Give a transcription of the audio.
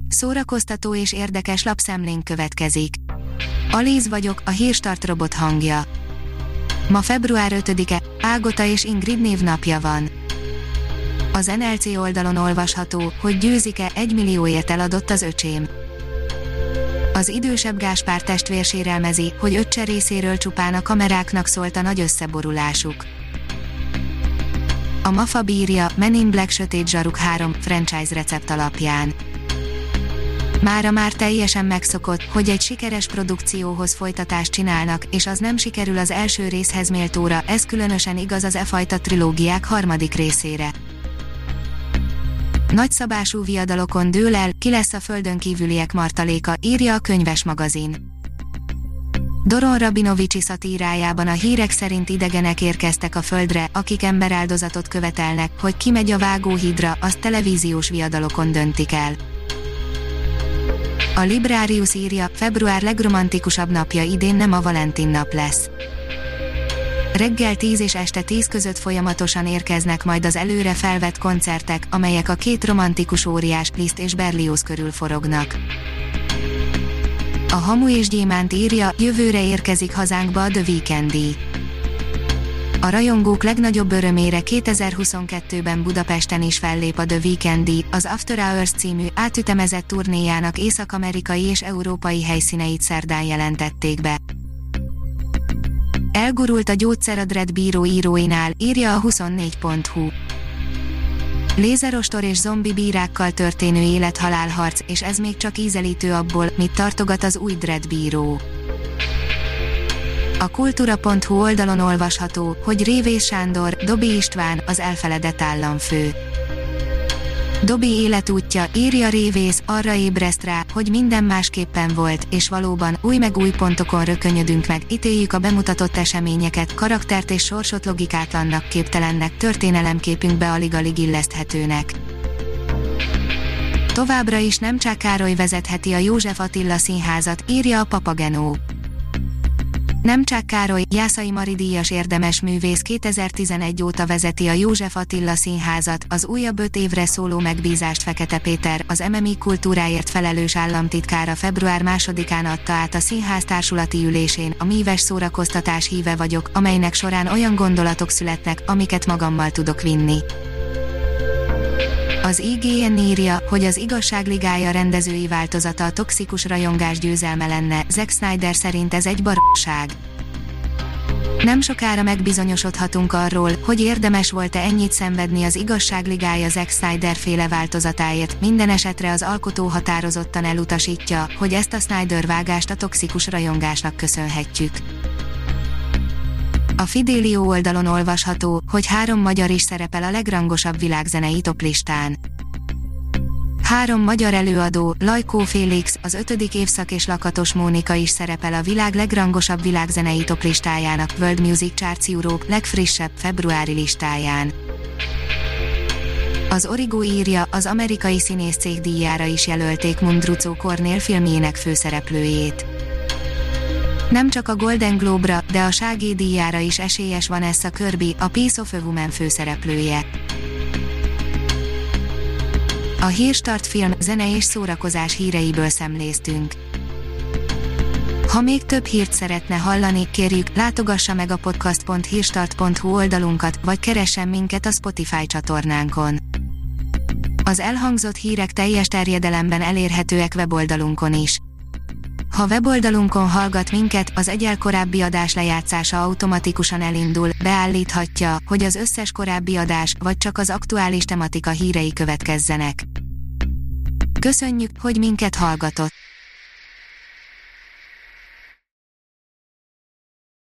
Szórakoztató és érdekes lapszemlénk következik. Alíz vagyok, a Hírstart robot hangja. Ma február 5-e, Ágota és Ingrid névnapja van. Az NLC oldalon olvasható, hogy Győzike 1 millióért eladott az öcsém. Az idősebb Gáspár testvér sérelmezi, hogy öccse részéről csupán a kameráknak szólt a nagy összeborulásuk. A MAFA bírja, Men in Black Sötét Zsaruk 3 franchise recept alapján. Mára már teljesen megszokott, hogy egy sikeres produkcióhoz folytatást csinálnak, és az nem sikerül az első részhez méltóra, ez különösen igaz az e fajta trilógiák harmadik részére. Nagyszabású viadalokon dől el, ki lesz a földön kívüliek martaléka, írja a Könyves magazin. Doron Rabinovicsi szatírájában a hírek szerint idegenek érkeztek a földre, akik emberáldozatot követelnek, hogy ki megy a vágóhídra, azt televíziós viadalokon döntik el. A Librarius írja, február legromantikusabb napja idén nem a Valentin nap lesz. Reggel 10 és este 10 között folyamatosan érkeznek majd az előre felvett koncertek, amelyek a két romantikus óriás, Liszt és Berlioz körül forognak. A Hamu és Gyémánt írja, jövőre érkezik hazánkba a The Weeknd-díj. A rajongók legnagyobb örömére 2022-ben Budapesten is fellép a The Weeknd-díj, az After Hours című átütemezett turnéjának észak-amerikai és európai helyszíneit szerdán jelentették be. Elgurult a gyógyszer a Dredd bíró íróinál, írja a 24.hu. Lézerostor és zombi bírákkal történő élet-halál-harc, és ez még csak ízelítő abból, mit tartogat az új Dredd bíró. A kultúra.hu oldalon olvasható, hogy Révész Sándor, Dobi István, az elfeledett államfő. Dobi életútja, írja Révész, arra ébreszt rá, hogy minden másképpen volt, és valóban, új meg új pontokon rökönyödünk meg, ítéljük a bemutatott eseményeket, karaktert és sorsot logikátlannak, képtelennek, történelemképünkbe alig-alig illeszthetőnek. Továbbra is Nemcsák Károly vezetheti a József Attila Színházat, írja a Papagenó. Nemcsák Károly, Jászai Mari díjas érdemes művész 2011 óta vezeti a József Attila Színházat, az újabb 5 évre szóló megbízást Fekete Péter, az MMI kultúráért felelős államtitkára február 2-án adta át a színház társulati ülésén. A míves szórakoztatás híve vagyok, amelynek során olyan gondolatok születnek, amiket magammal tudok vinni. Az IGN írja, hogy az Igazságligája rendezői változata a toxikus rajongás győzelme lenne, Zack Snyder szerint ez egy baromság. Nem sokára megbizonyosodhatunk arról, hogy érdemes volt-e ennyit szenvedni az Igazságligája Zack Snyder féle változatáért, minden esetre az alkotó határozottan elutasítja, hogy ezt a Snyder vágást a toxikus rajongásnak köszönhetjük. A Fidelio oldalon olvasható, hogy 3 magyar is szerepel a legrangosabb világzenei toplistán. 3 magyar előadó, Lajkó Félix, az 5. évszak és Lakatos Mónika is szerepel a világ legrangosabb világzenei toplistájának World Music Charts Europe legfrissebb februári listáján. Az Origo írja, az amerikai színészcég díjára is jelölték Mundruczó Kornél filmjének főszereplőjét. Nem csak a Golden Globe-ra, de a Ságé díjára is esélyes Vanessa Kirby, a Piece of a Woman főszereplője. A Hírstart film, zene és szórakozás híreiből szemléztünk. Ha még több hírt szeretne hallani, kérjük, látogassa meg a podcast.hírstart.hu oldalunkat, vagy keressen minket a Spotify csatornánkon. Az elhangzott hírek teljes terjedelemben elérhetőek weboldalunkon is. Ha weboldalunkon hallgat minket, az egyel korábbi adás lejátszása automatikusan elindul, beállíthatja, hogy az összes korábbi adás, vagy csak az aktuális tematika hírei következzenek. Köszönjük, hogy minket hallgatott!